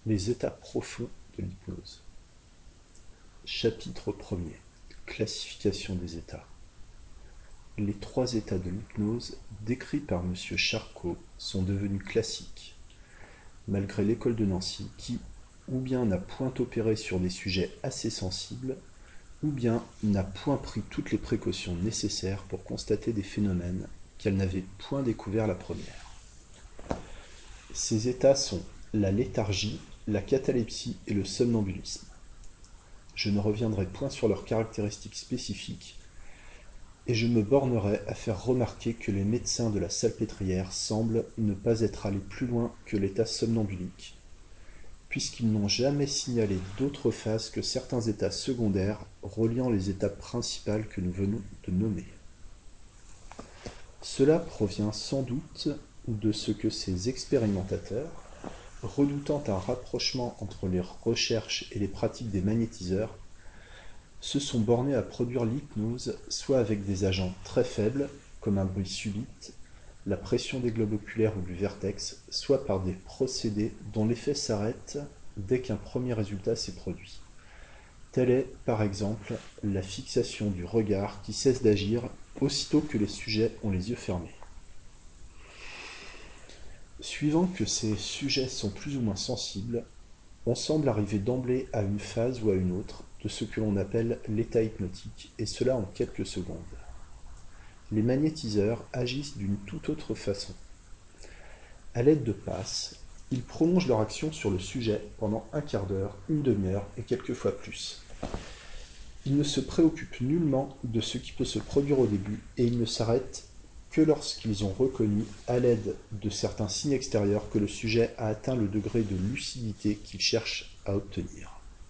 Les états profonds de l'hypnose. Chapitre 1er. Classification des états. Les 3 états de l'hypnose décrits par M. Charcot sont devenus classiques, malgré l'école de Nancy qui, ou bien n'a point opéré sur des sujets assez sensibles, ou bien n'a point pris toutes les précautions nécessaires pour constater des phénomènes qu'elle n'avait point découverts la première. Ces états sont la léthargie, la catalepsie et le somnambulisme. Je ne reviendrai point sur leurs caractéristiques spécifiques, et je me bornerai à faire remarquer que les médecins de la Salpêtrière semblent ne pas être allés plus loin que l'état somnambulique, puisqu'ils n'ont jamais signalé d'autre phase que certains états secondaires reliant les étapes principales que nous venons de nommer. Cela provient sans doute de ce que ces expérimentateurs, redoutant un rapprochement entre les recherches et les pratiques des magnétiseurs, se sont bornés à produire l'hypnose soit avec des agents très faibles, comme un bruit subit, la pression des globes oculaires ou du vertex, soit par des procédés dont l'effet s'arrête dès qu'un premier résultat s'est produit. Telle est, par exemple, la fixation du regard qui cesse d'agir aussitôt que les sujets ont les yeux fermés. Suivant que ces sujets sont plus ou moins sensibles, on semble arriver d'emblée à une phase ou à une autre de ce que l'on appelle l'état hypnotique, et cela en quelques secondes. Les magnétiseurs agissent d'une toute autre façon. À l'aide de passes, ils prolongent leur action sur le sujet pendant un quart d'heure, une demi-heure et quelquefois plus. Ils ne se préoccupent nullement de ce qui peut se produire au début et ils ne s'arrêtent que lorsqu'ils ont reconnu, à l'aide de certains signes extérieurs, que le sujet a atteint le degré de lucidité qu'ils cherchent à obtenir.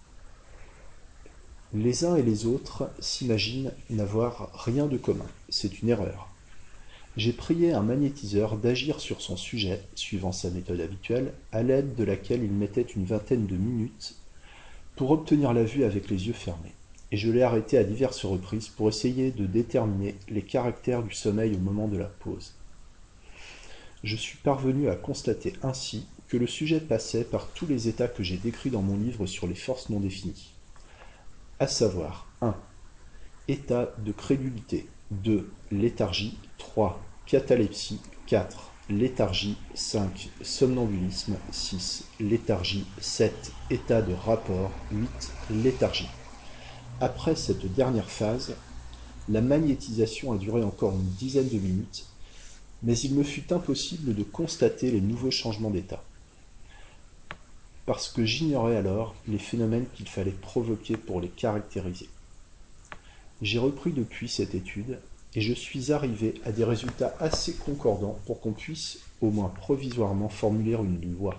Les uns et les autres s'imaginent n'avoir rien de commun. C'est une erreur. J'ai prié un magnétiseur d'agir sur son sujet, suivant sa méthode habituelle, à l'aide de laquelle il mettait une vingtaine de minutes pour obtenir la vue avec les yeux fermés. Et je l'ai arrêté à diverses reprises pour essayer de déterminer les caractères du sommeil au moment de la pause. Je suis parvenu à constater ainsi que le sujet passait par tous les états que j'ai décrits dans mon livre sur les forces non définies, à savoir 1. État de crédulité, 2. Léthargie, 3. Catalepsie, 4. Léthargie, 5. Somnambulisme, 6. Léthargie, 7. État de rapport, 8. Léthargie. Après cette dernière phase, la magnétisation a duré encore une dizaine de minutes, mais il me fut impossible de constater les nouveaux changements d'état, parce que j'ignorais alors les phénomènes qu'il fallait provoquer pour les caractériser. J'ai repris depuis cette étude, et je suis arrivé à des résultats assez concordants pour qu'on puisse, au moins provisoirement, formuler une loi.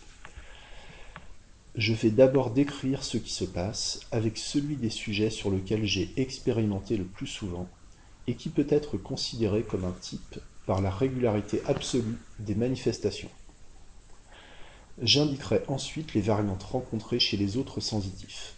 Je vais d'abord décrire ce qui se passe avec celui des sujets sur lequel j'ai expérimenté le plus souvent, et qui peut être considéré comme un type par la régularité absolue des manifestations. J'indiquerai ensuite les variantes rencontrées chez les autres sensitifs.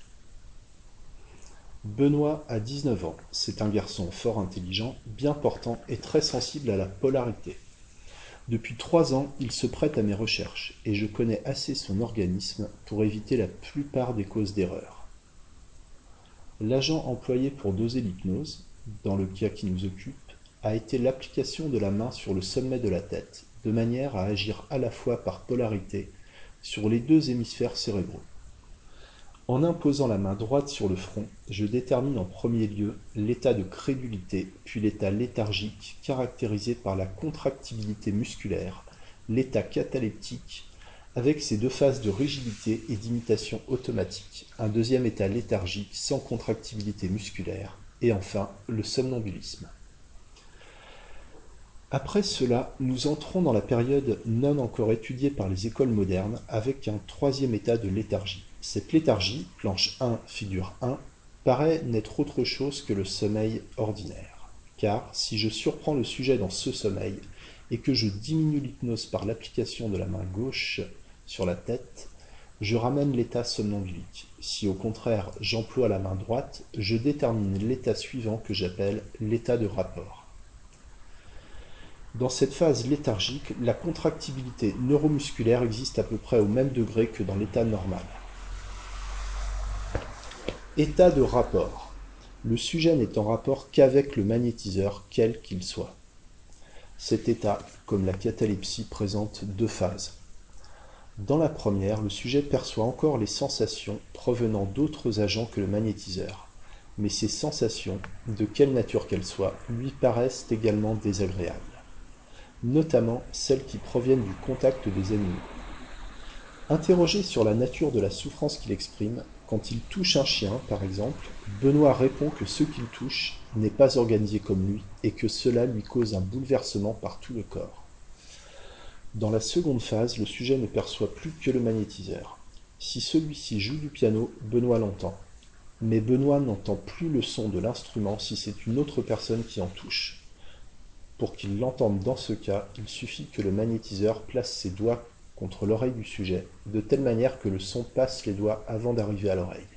Benoît a 19 ans, c'est un garçon fort intelligent, bien portant et très sensible à la polarité. Depuis 3 ans, il se prête à mes recherches, et je connais assez son organisme pour éviter la plupart des causes d'erreur. L'agent employé pour doser l'hypnose, dans le cas qui nous occupe, a été l'application de la main sur le sommet de la tête, de manière à agir à la fois par polarité sur les 2 hémisphères cérébraux. En imposant la main droite sur le front, je détermine en premier lieu l'état de crédulité, puis l'état léthargique caractérisé par la contractibilité musculaire, l'état cataleptique avec ses 2 phases de rigidité et d'imitation automatique, un deuxième état léthargique sans contractibilité musculaire, et enfin le somnambulisme. Après cela, nous entrons dans la période non encore étudiée par les écoles modernes avec un 3e état de léthargie. Cette léthargie, planche 1, figure 1, paraît n'être autre chose que le sommeil ordinaire. Car si je surprends le sujet dans ce sommeil et que je diminue l'hypnose par l'application de la main gauche sur la tête, je ramène l'état somnambulique. Si au contraire j'emploie la main droite, je détermine l'état suivant que j'appelle l'état de rapport. Dans cette phase léthargique, la contractibilité neuromusculaire existe à peu près au même degré que dans l'état normal. État de rapport. Le sujet n'est en rapport qu'avec le magnétiseur, quel qu'il soit. Cet état, comme la catalepsie, présente deux phases. Dans la première, le sujet perçoit encore les sensations provenant d'autres agents que le magnétiseur, mais ces sensations, de quelle nature qu'elles soient, lui paraissent également désagréables, notamment celles qui proviennent du contact des animaux. Interrogé sur la nature de la souffrance qu'il exprime, quand il touche un chien, par exemple, Benoît répond que ce qu'il touche n'est pas organisé comme lui et que cela lui cause un bouleversement par tout le corps. Dans la seconde phase, le sujet ne perçoit plus que le magnétiseur. Si celui-ci joue du piano, Benoît l'entend. Mais Benoît n'entend plus le son de l'instrument si c'est une autre personne qui en touche. Pour qu'il l'entende dans ce cas, il suffit que le magnétiseur place ses doigts contre l'oreille du sujet, de telle manière que le son passe les doigts avant d'arriver à l'oreille.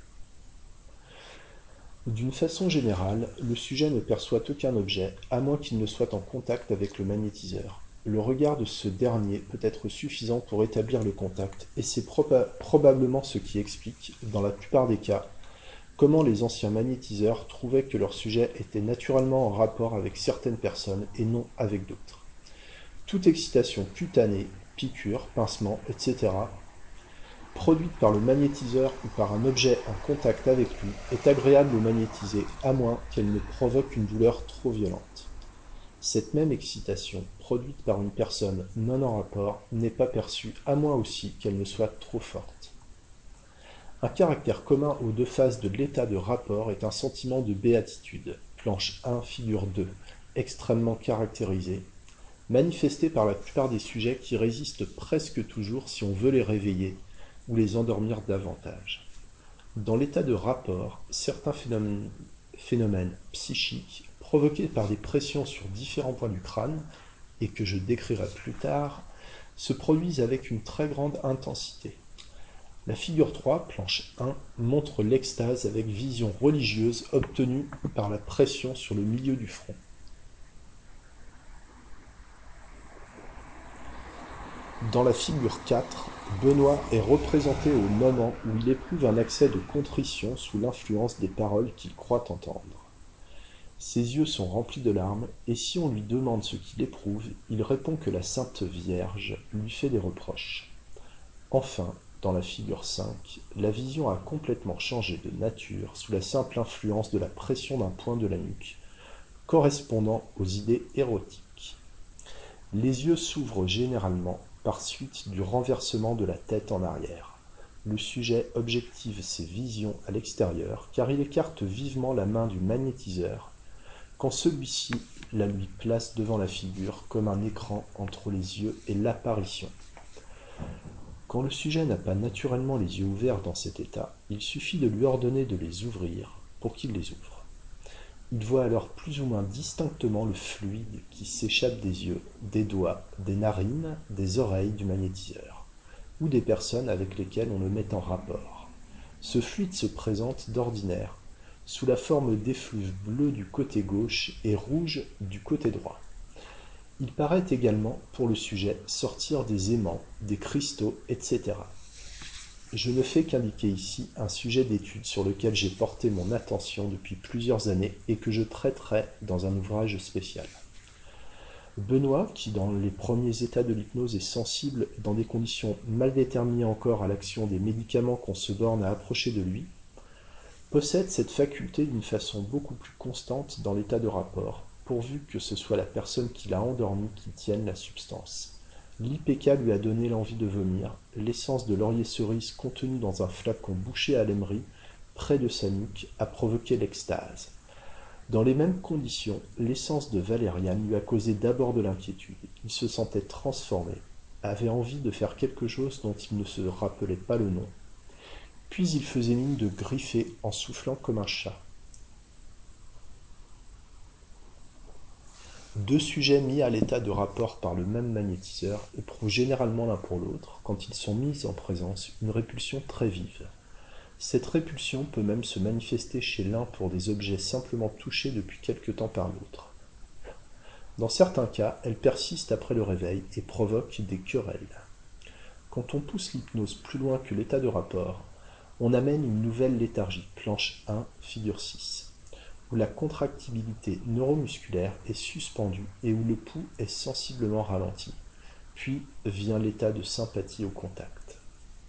D'une façon générale, le sujet ne perçoit aucun objet, à moins qu'il ne soit en contact avec le magnétiseur. Le regard de ce dernier peut être suffisant pour établir le contact, et c'est probablement ce qui explique, dans la plupart des cas, comment les anciens magnétiseurs trouvaient que leur sujet était naturellement en rapport avec certaines personnes et non avec d'autres. Toute excitation cutanée, piqûre, pincement, etc., produite par le magnétiseur ou par un objet en contact avec lui, est agréable au magnétisé, à moins qu'elle ne provoque une douleur trop violente. Cette même excitation, produite par une personne non en rapport, n'est pas perçue, à moins aussi qu'elle ne soit trop forte. Un caractère commun aux deux phases de l'état de rapport est un sentiment de béatitude, planche 1, figure 2, extrêmement caractérisé, manifesté par la plupart des sujets qui résistent presque toujours si on veut les réveiller ou les endormir davantage. Dans l'état de rapport, certains phénomènes psychiques provoqués par des pressions sur différents points du crâne, et que je décrirai plus tard, se produisent avec une très grande intensité. La figure 3, planche 1, montre l'extase avec vision religieuse obtenue par la pression sur le milieu du front. Dans la figure 4, Benoît est représenté au moment où il éprouve un accès de contrition sous l'influence des paroles qu'il croit entendre. Ses yeux sont remplis de larmes, et si on lui demande ce qu'il éprouve, il répond que la Sainte Vierge lui fait des reproches. Enfin, dans la figure 5, la vision a complètement changé de nature sous la simple influence de la pression d'un point de la nuque, correspondant aux idées érotiques. Les yeux s'ouvrent généralement par suite du renversement de la tête en arrière. Le sujet objective ses visions à l'extérieur car il écarte vivement la main du magnétiseur quand celui-ci la lui place devant la figure comme un écran entre les yeux et l'apparition. Quand le sujet n'a pas naturellement les yeux ouverts dans cet état, il suffit de lui ordonner de les ouvrir pour qu'il les ouvre. Il voit alors plus ou moins distinctement le fluide qui s'échappe des yeux, des doigts, des narines, des oreilles du magnétiseur, ou des personnes avec lesquelles on le met en rapport. Ce fluide se présente d'ordinaire sous la forme d'effluves bleus du côté gauche et rouges du côté droit. Il paraît également, pour le sujet, sortir des aimants, des cristaux, etc. Je ne fais qu'indiquer ici un sujet d'étude sur lequel j'ai porté mon attention depuis plusieurs années et que je traiterai dans un ouvrage spécial. Benoît, qui dans les premiers états de l'hypnose est sensible dans des conditions mal déterminées encore à l'action des médicaments qu'on se borne à approcher de lui, possède cette faculté d'une façon beaucoup plus constante dans l'état de rapport, pourvu que ce soit la personne qui l'a endormi qui tienne la substance. L'IPK lui a donné l'envie de vomir, l'essence de laurier cerise contenue dans un flacon bouché à l'aimerie, près de sa nuque, a provoqué l'extase. Dans les mêmes conditions, l'essence de valériane lui a causé d'abord de l'inquiétude. Il se sentait transformé, avait envie de faire quelque chose dont il ne se rappelait pas le nom. Puis il faisait mine de griffer en soufflant comme un chat. Deux sujets mis à l'état de rapport par le même magnétiseur éprouvent généralement l'un pour l'autre, quand ils sont mis en présence, une répulsion très vive. Cette répulsion peut même se manifester chez l'un pour des objets simplement touchés depuis quelque temps par l'autre. Dans certains cas, elles persistent après le réveil et provoquent des querelles. Quand on pousse l'hypnose plus loin que l'état de rapport, on amène une nouvelle léthargie, planche 1, figure 6, où la contractibilité neuromusculaire est suspendue et où le pouls est sensiblement ralenti. Puis vient l'état de sympathie au contact.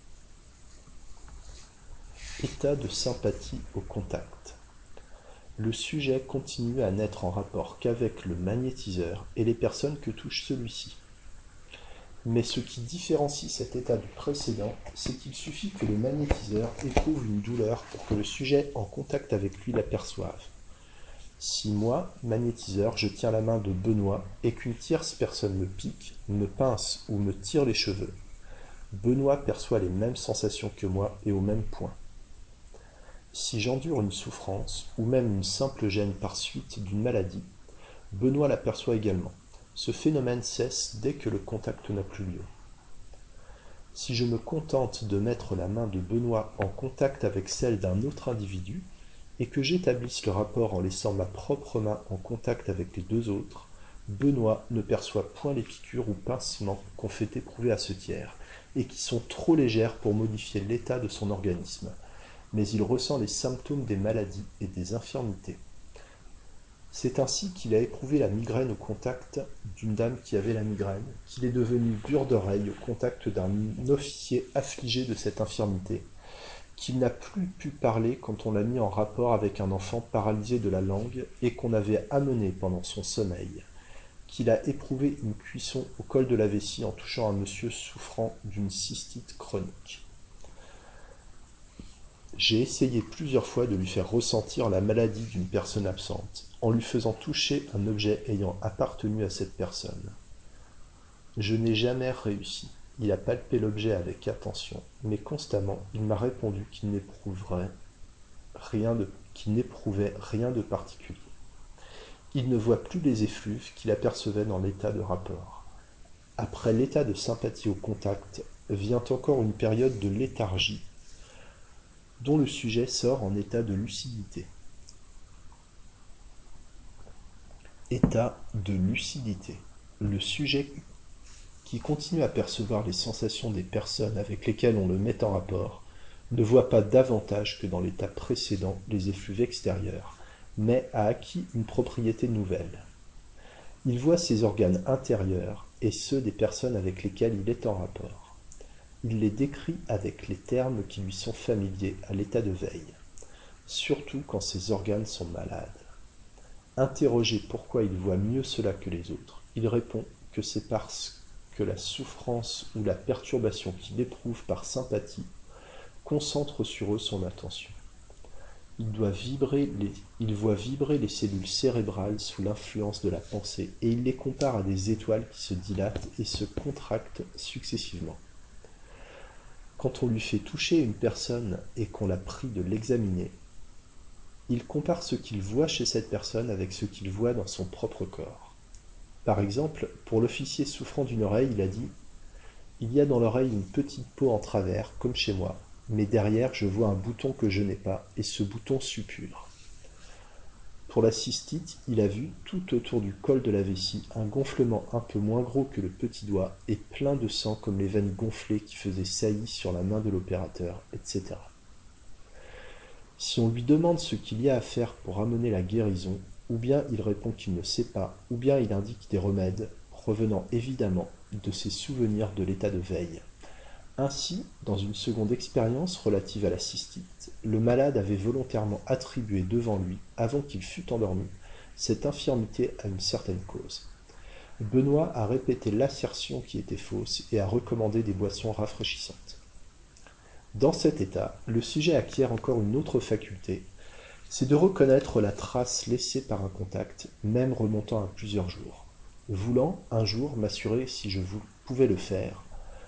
État de sympathie au contact. Le sujet continue à n'être en rapport qu'avec le magnétiseur et les personnes que touche celui-ci. Mais ce qui différencie cet état du précédent, c'est qu'il suffit que le magnétiseur éprouve une douleur pour que le sujet en contact avec lui l'aperçoive. Si moi, magnétiseur, je tiens la main de Benoît et qu'une tierce personne me pique, me pince ou me tire les cheveux, Benoît perçoit les mêmes sensations que moi et au même point. Si j'endure une souffrance ou même une simple gêne par suite d'une maladie, Benoît l'aperçoit également. Ce phénomène cesse dès que le contact n'a plus lieu. Si je me contente de mettre la main de Benoît en contact avec celle d'un autre individu, et que j'établisse le rapport en laissant ma propre main en contact avec les deux autres, Benoît ne perçoit point les piqûres ou pincements qu'on fait éprouver à ce tiers, et qui sont trop légères pour modifier l'état de son organisme, mais il ressent les symptômes des maladies et des infirmités. C'est ainsi qu'il a éprouvé la migraine au contact d'une dame qui avait la migraine, qu'il est devenu dur d'oreille au contact d'un officier affligé de cette infirmité, qu'il n'a plus pu parler quand on l'a mis en rapport avec un enfant paralysé de la langue et qu'on avait amené pendant son sommeil, qu'il a éprouvé une cuisson au col de la vessie en touchant un monsieur souffrant d'une cystite chronique. J'ai essayé plusieurs fois de lui faire ressentir la maladie d'une personne absente, en lui faisant toucher un objet ayant appartenu à cette personne. Je n'ai jamais réussi. Il a palpé l'objet avec attention, mais constamment il m'a répondu qu'il n'éprouvait rien de particulier. Il ne voit plus les effluves qu'il apercevait dans l'état de rapport. Après l'état de sympathie au contact, vient encore une période de léthargie, dont le sujet sort en état de lucidité. État de lucidité. Le sujet qui continue à percevoir les sensations des personnes avec lesquelles on le met en rapport ne voit pas davantage que dans l'état précédent les effluves extérieurs, mais a acquis une propriété nouvelle. Il voit ses organes intérieurs et ceux des personnes avec lesquelles il est en rapport. Il les décrit avec les termes qui lui sont familiers à l'état de veille, surtout quand ses organes sont malades. Interrogé pourquoi il voit mieux cela que les autres, il répond que c'est parce que la souffrance ou la perturbation qu'il éprouve par sympathie concentre sur eux son attention. Il voit vibrer les cellules cérébrales sous l'influence de la pensée et il les compare à des étoiles qui se dilatent et se contractent successivement. Quand on lui fait toucher une personne et qu'on l'a prie de l'examiner, il compare ce qu'il voit chez cette personne avec ce qu'il voit dans son propre corps. Par exemple, pour l'officier souffrant d'une oreille, il a dit « Il y a dans l'oreille une petite peau en travers, comme chez moi, mais derrière je vois un bouton que je n'ai pas, et ce bouton suppure. » Pour la cystite, il a vu, tout autour du col de la vessie, un gonflement un peu moins gros que le petit doigt et plein de sang comme les veines gonflées qui faisaient saillie sur la main de l'opérateur, etc. Si on lui demande ce qu'il y a à faire pour amener la guérison, ou bien il répond qu'il ne sait pas, ou bien il indique des remèdes, provenant évidemment de ses souvenirs de l'état de veille. Ainsi, dans une seconde expérience relative à la cystite, le malade avait volontairement attribué devant lui, avant qu'il fût endormi, cette infirmité à une certaine cause. Benoît a répété l'assertion qui était fausse et a recommandé des boissons rafraîchissantes. Dans cet état, le sujet acquiert encore une autre faculté, c'est de reconnaître la trace laissée par un contact, même remontant à plusieurs jours. Voulant, un jour, m'assurer si je pouvais le faire,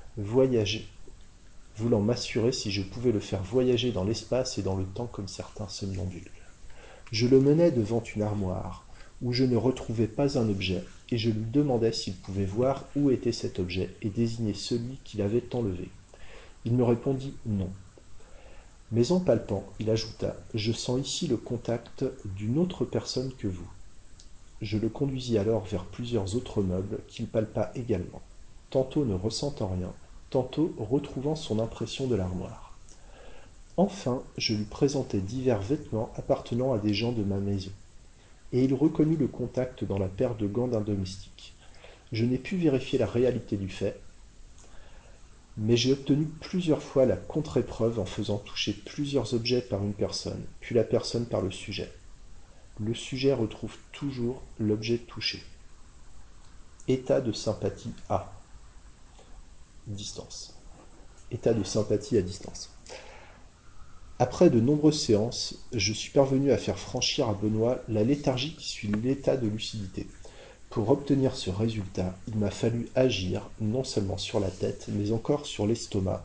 voulant m'assurer si je pouvais le faire voyager dans l'espace et dans le temps comme certains somnambules. Je le menais devant une armoire, où je ne retrouvais pas un objet, et je lui demandais s'il pouvait voir où était cet objet et désigner celui qu'il avait enlevé. Il me répondit non. Mais en palpant, il ajouta « Je sens ici le contact d'une autre personne que vous. » Je le conduisis alors vers plusieurs autres meubles qu'il palpa également, tantôt ne ressentant rien, tantôt retrouvant son impression de l'armoire. Enfin, je lui présentai divers vêtements appartenant à des gens de ma maison, et il reconnut le contact dans la paire de gants d'un domestique. Je n'ai pu vérifier la réalité du fait, mais j'ai obtenu plusieurs fois la contre-épreuve en faisant toucher plusieurs objets par une personne, puis la personne par le sujet. Le sujet retrouve toujours l'objet touché. État de sympathie à distance. État de sympathie à distance. Après de nombreuses séances, je suis parvenu à faire franchir à Benoît la léthargie qui suit l'état de lucidité. Pour obtenir ce résultat, il m'a fallu agir non seulement sur la tête, mais encore sur l'estomac.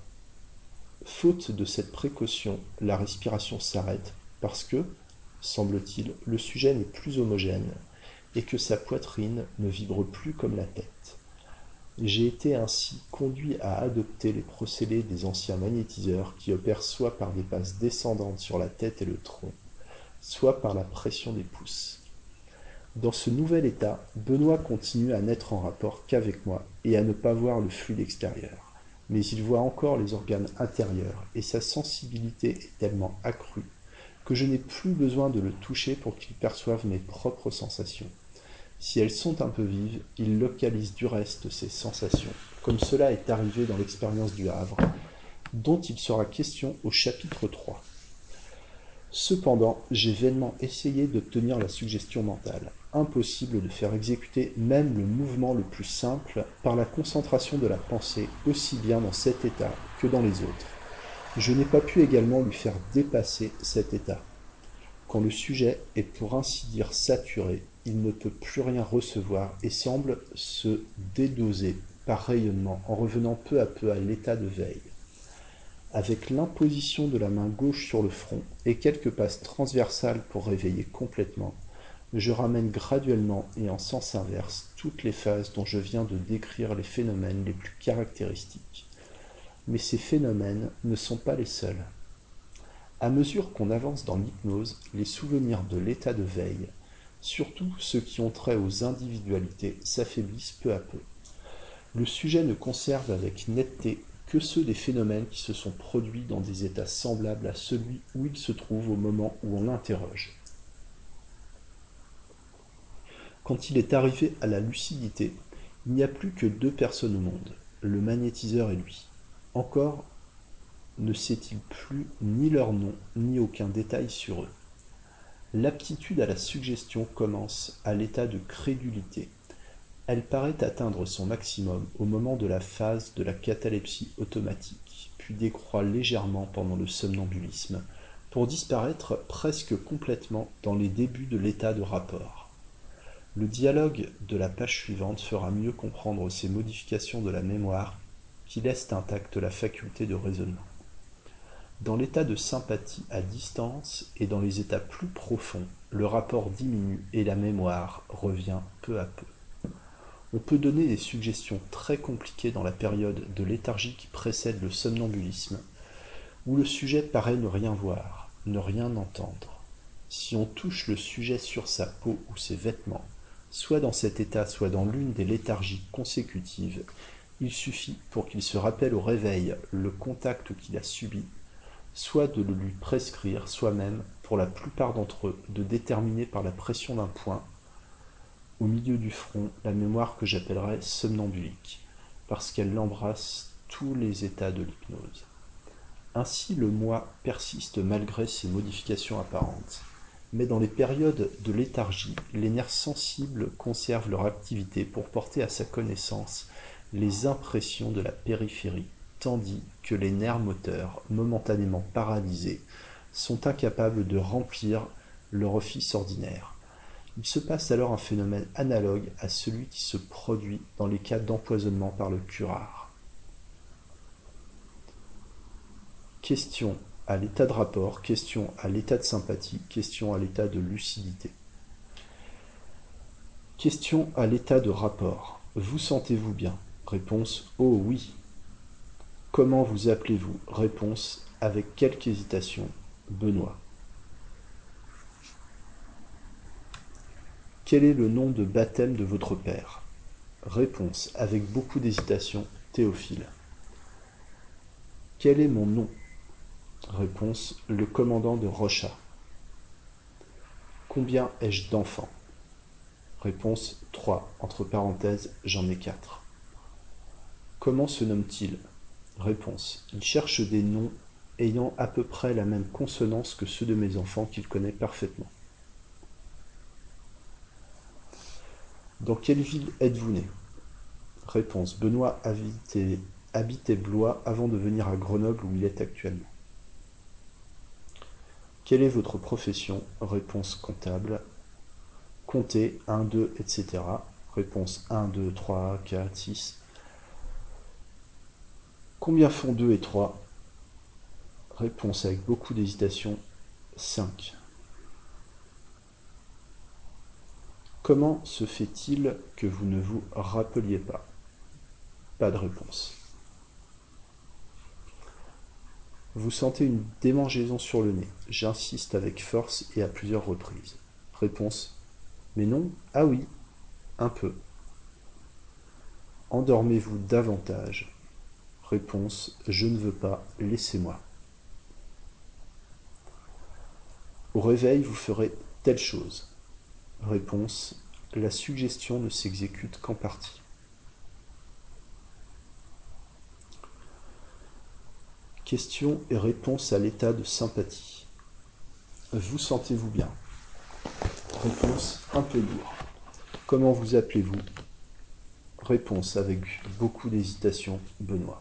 Faute de cette précaution, la respiration s'arrête parce que, semble-t-il, le sujet n'est plus homogène et que sa poitrine ne vibre plus comme la tête. J'ai été ainsi conduit à adopter les procédés des anciens magnétiseurs qui opèrent soit par des passes descendantes sur la tête et le tronc, soit par la pression des pouces. Dans ce nouvel état, Benoît continue à n'être en rapport qu'avec moi et à ne pas voir le fluide extérieur. Mais il voit encore les organes intérieurs et sa sensibilité est tellement accrue que je n'ai plus besoin de le toucher pour qu'il perçoive mes propres sensations. Si elles sont un peu vives, il localise du reste ces sensations, comme cela est arrivé dans l'expérience du Havre, dont il sera question au chapitre 3. Cependant, j'ai vainement essayé d'obtenir la suggestion mentale. Impossible de faire exécuter même le mouvement le plus simple par la concentration de la pensée, aussi bien dans cet état que dans les autres. Je n'ai pas pu également lui faire dépasser cet état. Quand le sujet est pour ainsi dire saturé, il ne peut plus rien recevoir et semble se dédoser par rayonnement en revenant peu à peu à l'état de veille. Avec l'imposition de la main gauche sur le front et quelques passes transversales pour réveiller complètement, je ramène graduellement et en sens inverse toutes les phases dont je viens de décrire les phénomènes les plus caractéristiques. Mais ces phénomènes ne sont pas les seuls. À mesure qu'on avance dans l'hypnose, les souvenirs de l'état de veille, surtout ceux qui ont trait aux individualités, s'affaiblissent peu à peu. Le sujet ne conserve avec netteté que ceux des phénomènes qui se sont produits dans des états semblables à celui où il se trouve au moment où on l'interroge. Quand il est arrivé à la lucidité, il n'y a plus que deux personnes au monde, le magnétiseur et lui. Encore ne sait-il plus ni leur nom ni aucun détail sur eux. L'aptitude à la suggestion commence à l'état de crédulité. Elle paraît atteindre son maximum au moment de la phase de la catalepsie automatique, puis décroît légèrement pendant le somnambulisme, pour disparaître presque complètement dans les débuts de l'état de rapport. Le dialogue de la page suivante fera mieux comprendre ces modifications de la mémoire qui laissent intacte la faculté de raisonnement. Dans l'état de sympathie à distance et dans les états plus profonds, le rapport diminue et la mémoire revient peu à peu. On peut donner des suggestions très compliquées dans la période de léthargie qui précède le somnambulisme, où le sujet paraît ne rien voir, ne rien entendre. Si on touche le sujet sur sa peau ou ses vêtements, soit dans cet état, soit dans l'une des léthargies consécutives, il suffit pour qu'il se rappelle au réveil le contact qu'il a subi, soit de le lui prescrire soi-même, pour la plupart d'entre eux, de déterminer par la pression d'un point au milieu du front la mémoire que j'appellerais somnambulique, parce qu'elle embrasse tous les états de l'hypnose. Ainsi le moi persiste malgré ces modifications apparentes. Mais dans les périodes de léthargie, les nerfs sensibles conservent leur activité pour porter à sa connaissance les impressions de la périphérie, tandis que les nerfs moteurs, momentanément paralysés, sont incapables de remplir leur office ordinaire. Il se passe alors un phénomène analogue à celui qui se produit dans les cas d'empoisonnement par le curare. Question à l'état de rapport, question à l'état de sympathie, question à l'état de lucidité. Question à l'état de rapport. Vous sentez-vous bien? Réponse: oh oui. Comment vous appelez-vous? Réponse avec quelque hésitation: Benoît. Quel est le nom de baptême de votre père? Réponse, avec beaucoup d'hésitation, Théophile. Quel est mon nom? Réponse, le commandant de Rocha. Combien ai-je d'enfants? Réponse, 3, entre parenthèses, j'en ai 4. Comment se nomme-t-il? Réponse, il cherche des noms ayant à peu près la même consonance que ceux de mes enfants qu'il connaît parfaitement. Dans quelle ville êtes-vous né? Réponse, Benoît habitait Blois avant de venir à Grenoble où il est actuellement. Quelle est votre profession? Réponse, comptable. Comptez 1, 2, etc. Réponse 1, 2, 3, 4, 6. Combien font 2 et 3? Réponse avec beaucoup d'hésitation, 5. Comment se fait-il que vous ne vous rappeliez pas? Pas de réponse. Vous sentez une démangeaison sur le nez. J'insiste avec force et à plusieurs reprises. Réponse, mais non, ah oui, un peu. Endormez-vous davantage. Réponse, je ne veux pas, laissez-moi. Au réveil, vous ferez telle chose. Réponse, la suggestion ne s'exécute qu'en partie. Question et réponse à l'état de sympathie. Vous sentez-vous bien? Réponse, un peu lourd. Comment vous appelez-vous? Réponse avec beaucoup d'hésitation, Benoît.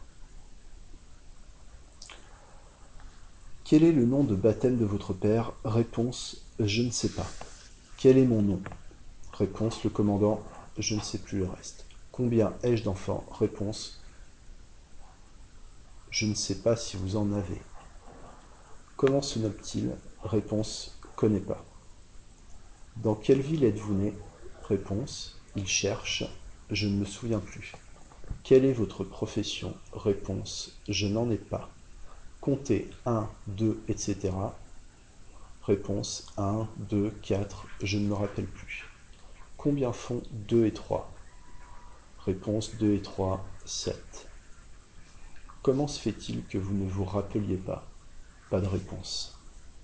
Quel est le nom de baptême de votre père? Réponse, je ne sais pas. Quel est mon nom? Réponse, le commandant, je ne sais plus le reste. Combien ai-je d'enfants? Réponse, je ne sais pas si vous en avez. Comment se nomme-t-il? Réponse, connais pas. Dans quelle ville êtes-vous né? Réponse, il cherche, je ne me souviens plus. Quelle est votre profession? Réponse, je n'en ai pas. Comptez 1, 2, etc. Réponse 1, 2, 4, je ne me rappelle plus. Combien font 2 et 3? Réponse 2 et 3, 7. Comment se fait-il que vous ne vous rappeliez pas? Pas de réponse.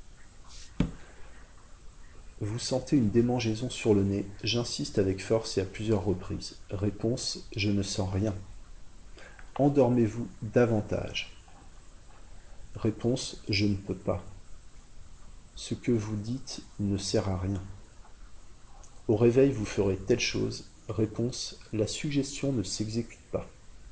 Vous sentez une démangeaison sur le nez. J'insiste avec force et à plusieurs reprises. Réponse, je ne sens rien. Endormez-vous davantage. Réponse, je ne peux pas. Ce que vous dites ne sert à rien. Au réveil, vous ferez telle chose. Réponse, la suggestion ne s'exécute pas.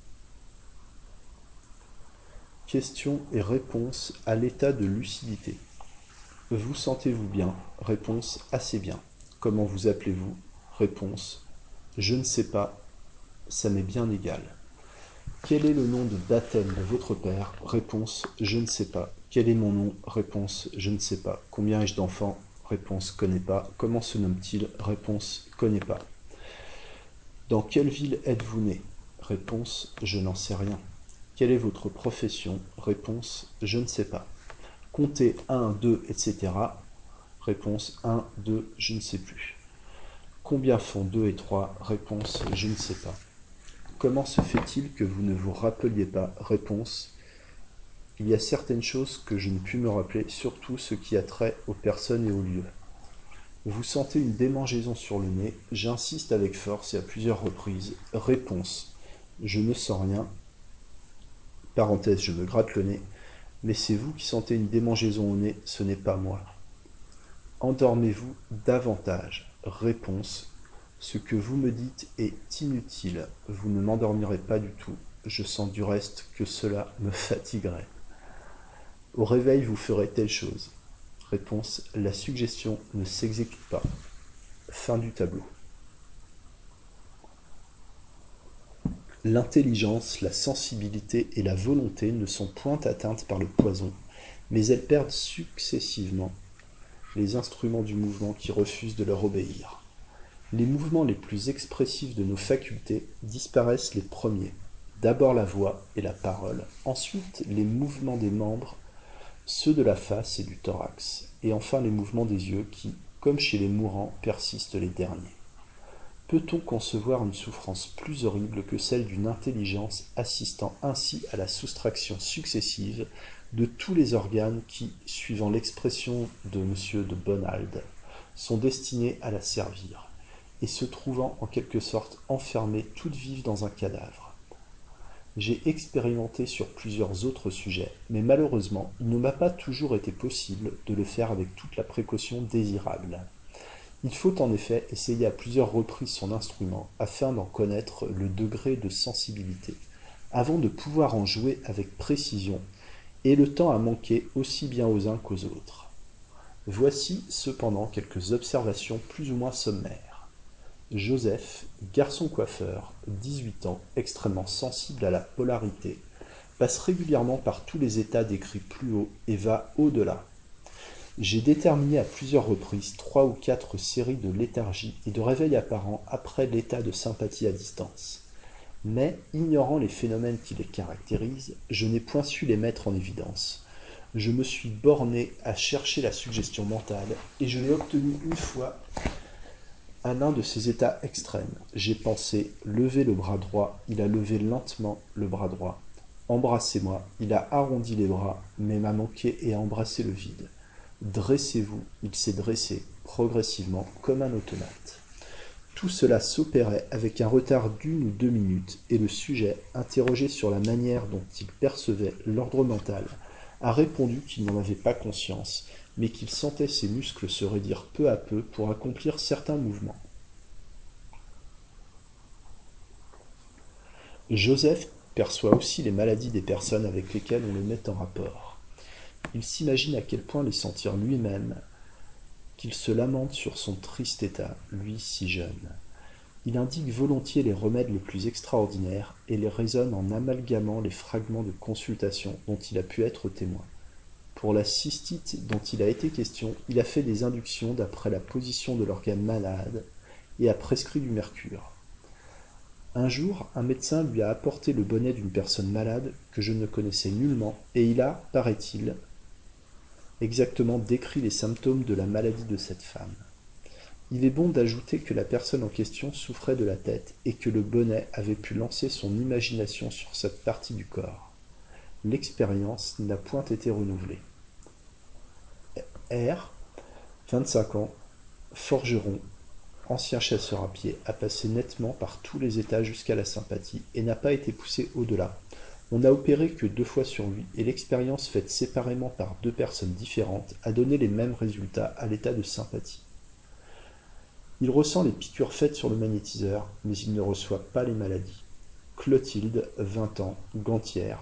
Question et réponse à l'état de lucidité. Vous sentez-vous bien? Réponse, assez bien. Comment vous appelez-vous? Réponse, je ne sais pas, ça m'est bien égal. Quel est le nom de baptême de votre père? Réponse, je ne sais pas. Quel est mon nom? Réponse, je ne sais pas. Combien ai-je d'enfants? Réponse, connais pas. Comment se nomme-t-il? Réponse, connais pas. Dans quelle ville êtes-vous né? Réponse, je n'en sais rien. Quelle est votre profession? Réponse, je ne sais pas. Comptez 1, 2, etc. Réponse 1, 2, je ne sais plus. Combien font 2 et 3? Réponse, je ne sais pas. Comment se fait-il que vous ne vous rappeliez pas? Réponse, il y a certaines choses que je ne puis me rappeler, surtout ce qui a trait aux personnes et aux lieux. Vous sentez une démangeaison sur le nez. J'insiste avec force et à plusieurs reprises. Réponse, je ne sens rien. Parenthèse, je me gratte le nez. Mais c'est vous qui sentez une démangeaison au nez, ce n'est pas moi. Endormez-vous davantage. Réponse, ce que vous me dites est inutile. Vous ne m'endormirez pas du tout. Je sens du reste que cela me fatiguerait. Au réveil, vous ferez telle chose. Réponse, la suggestion ne s'exécute pas. Fin du tableau. L'intelligence, la sensibilité et la volonté ne sont point atteintes par le poison, mais elles perdent successivement les instruments du mouvement qui refusent de leur obéir. Les mouvements les plus expressifs de nos facultés disparaissent les premiers. D'abord la voix et la parole, ensuite les mouvements des membres, ceux de la face et du thorax, et enfin les mouvements des yeux qui, comme chez les mourants, persistent les derniers. Peut-on concevoir une souffrance plus horrible que celle d'une intelligence assistant ainsi à la soustraction successive de tous les organes qui, suivant l'expression de M. de Bonald, sont destinés à la servir, et se trouvant en quelque sorte enfermée toute vive dans un cadavre? J'ai expérimenté sur plusieurs autres sujets, mais malheureusement, il ne m'a pas toujours été possible de le faire avec toute la précaution désirable. Il faut en effet essayer à plusieurs reprises son instrument afin d'en connaître le degré de sensibilité, avant de pouvoir en jouer avec précision, et le temps a manqué aussi bien aux uns qu'aux autres. Voici cependant quelques observations plus ou moins sommaires. Joseph, garçon coiffeur, 18 ans, extrêmement sensible à la polarité, passe régulièrement par tous les états décrits plus haut et va au-delà. J'ai déterminé à plusieurs reprises 3 ou 4 séries de léthargie et de réveil apparent après l'état de sympathie à distance. Mais, ignorant les phénomènes qui les caractérisent, je n'ai point su les mettre en évidence. Je me suis borné à chercher la suggestion mentale, et je l'ai obtenue une fois à l'un de ces états extrêmes. J'ai pensé, levez le bras droit, il a levé lentement le bras droit. Embrassez-moi, il a arrondi les bras, mais m'a manqué et a embrassé le vide. Dressez-vous, il s'est dressé, progressivement, comme un automate. Tout cela s'opérait avec un retard d'1 ou 2 minutes, et le sujet, interrogé sur la manière dont il percevait l'ordre mental, a répondu qu'il n'en avait pas conscience, mais qu'il sentait ses muscles se raidir peu à peu pour accomplir certains mouvements. Joseph perçoit aussi les maladies des personnes avec lesquelles on le met en rapport. Il s'imagine à quel point les sentir lui-même, qu'il se lamente sur son triste état, lui si jeune. Il indique volontiers les remèdes les plus extraordinaires et les raisonne en amalgamant les fragments de consultation dont il a pu être témoin. Pour la cystite dont il a été question, il a fait des inductions d'après la position de l'organe malade et a prescrit du mercure. Un jour, un médecin lui a apporté le bonnet d'une personne malade que je ne connaissais nullement, et il a, paraît-il, exactement décrit les symptômes de la maladie de cette femme. Il est bon d'ajouter que la personne en question souffrait de la tête et que le bonnet avait pu lancer son imagination sur cette partie du corps. L'expérience n'a point été renouvelée. R, 25 ans, forgeron, ancien chasseur à pied, a passé nettement par tous les états jusqu'à la sympathie et n'a pas été poussé au-delà. On n'a opéré que 2 fois sur lui et l'expérience faite séparément par 2 personnes différentes a donné les mêmes résultats à l'état de sympathie. Il ressent les piqûres faites sur le magnétiseur, mais il ne reçoit pas les maladies. Clotilde, 20 ans, gantière.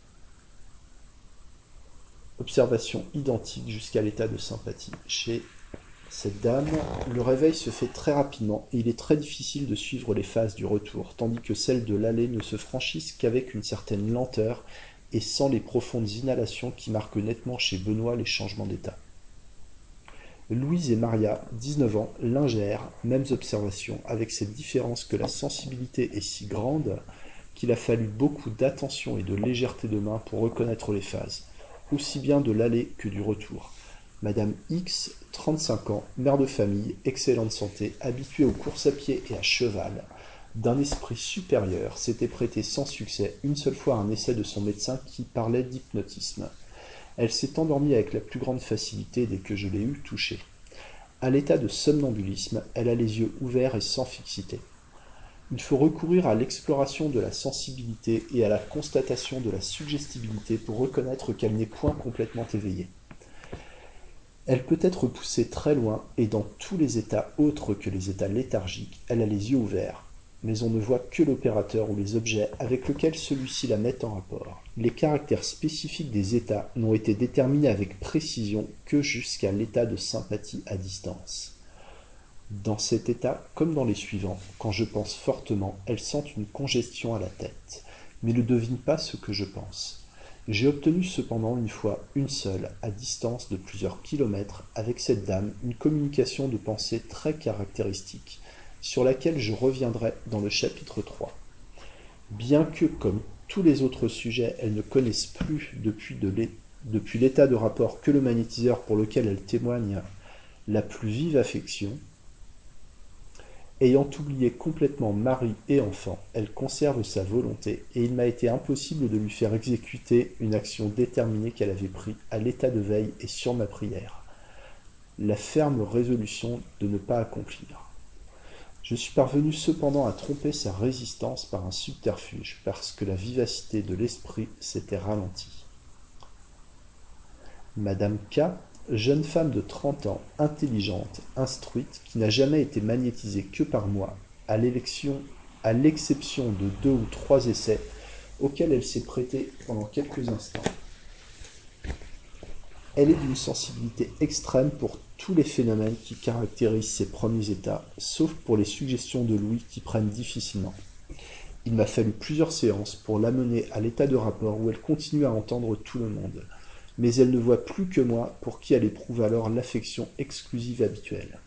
Observation identique jusqu'à l'état de sympathie. Chez cette dame, le réveil se fait très rapidement et il est très difficile de suivre les phases du retour, tandis que celles de l'aller ne se franchissent qu'avec une certaine lenteur et sans les profondes inhalations qui marquent nettement chez Benoît les changements d'état. Louise et Maria, 19 ans, lingères, mêmes observations, avec cette différence que la sensibilité est si grande qu'il a fallu beaucoup d'attention et de légèreté de main pour reconnaître les phases, aussi bien de l'aller que du retour. Madame X, 35 ans, mère de famille, excellente santé, habituée aux courses à pied et à cheval, d'un esprit supérieur, s'était prêtée sans succès une seule fois à un essai de son médecin qui parlait d'hypnotisme. Elle s'est endormie avec la plus grande facilité dès que je l'ai eue touchée. À l'état de somnambulisme, elle a les yeux ouverts et sans fixité. Il faut recourir à l'exploration de la sensibilité et à la constatation de la suggestibilité pour reconnaître qu'elle n'est point complètement éveillée. Elle peut être poussée très loin et dans tous les états autres que les états léthargiques, elle a les yeux ouverts, mais on ne voit que l'opérateur ou les objets avec lesquels celui-ci la met en rapport. Les caractères spécifiques des états n'ont été déterminés avec précision que jusqu'à l'état de sympathie à distance. Dans cet état, comme dans les suivants, quand je pense fortement, elles sentent une congestion à la tête, mais ne devinent pas ce que je pense. J'ai obtenu cependant une fois, une seule, à distance de plusieurs kilomètres, avec cette dame, une communication de pensée très caractéristique, sur laquelle je reviendrai dans le chapitre 3. Bien que, comme tous les autres sujets, elles ne connaissent plus depuis l'état de rapport que le magnétiseur pour lequel elles témoignent la plus vive affection, Ayant oublié complètement mari et enfant, elle conserve sa volonté, et il m'a été impossible de lui faire exécuter une action déterminée qu'elle avait prise à l'état de veille et sur ma prière, la ferme résolution de ne pas accomplir. Je suis parvenu cependant à tromper sa résistance par un subterfuge, parce que la vivacité de l'esprit s'était ralentie. Madame K., jeune femme de 30 ans, intelligente, instruite, qui n'a jamais été magnétisée que par moi, à l'exception de 2 ou 3 essais auxquels elle s'est prêtée pendant quelques instants. Elle est d'une sensibilité extrême pour tous les phénomènes qui caractérisent ses premiers états, sauf pour les suggestions de Louis qui prennent difficilement. Il m'a fallu plusieurs séances pour l'amener à l'état de rapport où elle continue à entendre tout le monde. Mais elle ne voit plus que moi pour qui elle éprouve alors l'affection exclusive habituelle.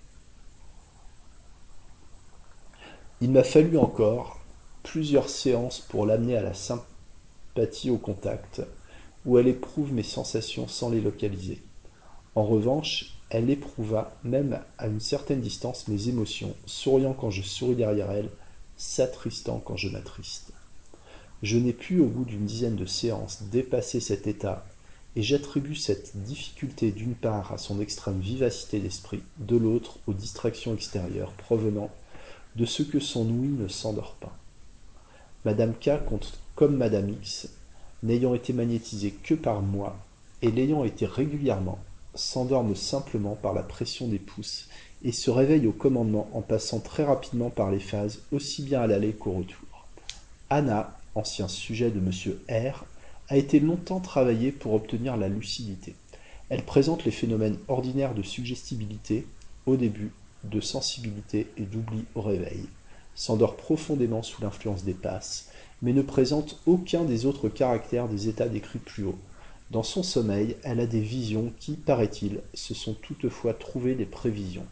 Il m'a fallu encore plusieurs séances pour l'amener à la sympathie au contact, où elle éprouve mes sensations sans les localiser. En revanche, elle éprouva, même à une certaine distance, mes émotions, souriant quand je souris derrière elle, s'attristant quand je m'attriste. Je n'ai pu, au bout d'une dizaine de séances, dépasser cet état, et j'attribue cette difficulté d'une part à son extrême vivacité d'esprit, de l'autre aux distractions extérieures provenant de ce que son ouïe ne s'endort pas. Madame K compte comme Madame X, n'ayant été magnétisée que par moi, et l'ayant été régulièrement, s'endorment simplement par la pression des pouces, et se réveillent au commandement en passant très rapidement par les phases, aussi bien à l'aller qu'au retour. Anna, ancien sujet de M. R, a été longtemps travaillée pour obtenir la lucidité. Elle présente les phénomènes ordinaires de suggestibilité au début, de sensibilité et d'oubli au réveil, s'endort profondément sous l'influence des passes, mais ne présente aucun des autres caractères des états décrits plus haut. Dans son sommeil, elle a des visions qui, paraît-il, se sont toutefois trouvées des prévisions.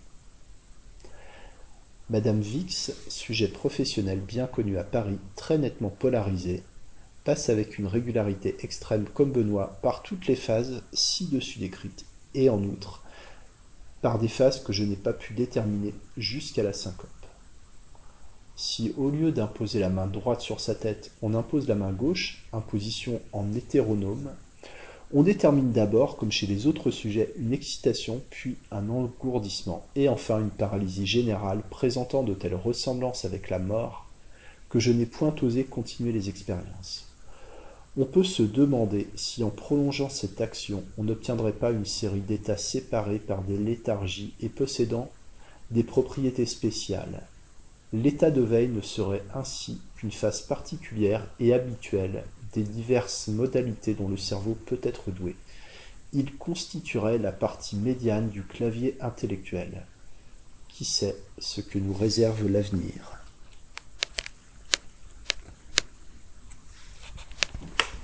Madame Vix, sujet professionnel bien connu à Paris, très nettement polarisé, passe avec une régularité extrême comme Benoît par toutes les phases ci-dessus décrites, et en outre, par des phases que je n'ai pas pu déterminer jusqu'à la syncope. Si au lieu d'imposer la main droite sur sa tête, on impose la main gauche, imposition en hétéronome, on détermine d'abord, comme chez les autres sujets, une excitation, puis un engourdissement, et enfin une paralysie générale présentant de telles ressemblances avec la mort que je n'ai point osé continuer les expériences. On peut se demander si en prolongeant cette action on n'obtiendrait pas une série d'états séparés par des léthargies et possédant des propriétés spéciales. L'état de veille ne serait ainsi qu'une phase particulière et habituelle des diverses modalités dont le cerveau peut être doué. Il constituerait la partie médiane du clavier intellectuel. Qui sait ce que nous réserve l'avenir ?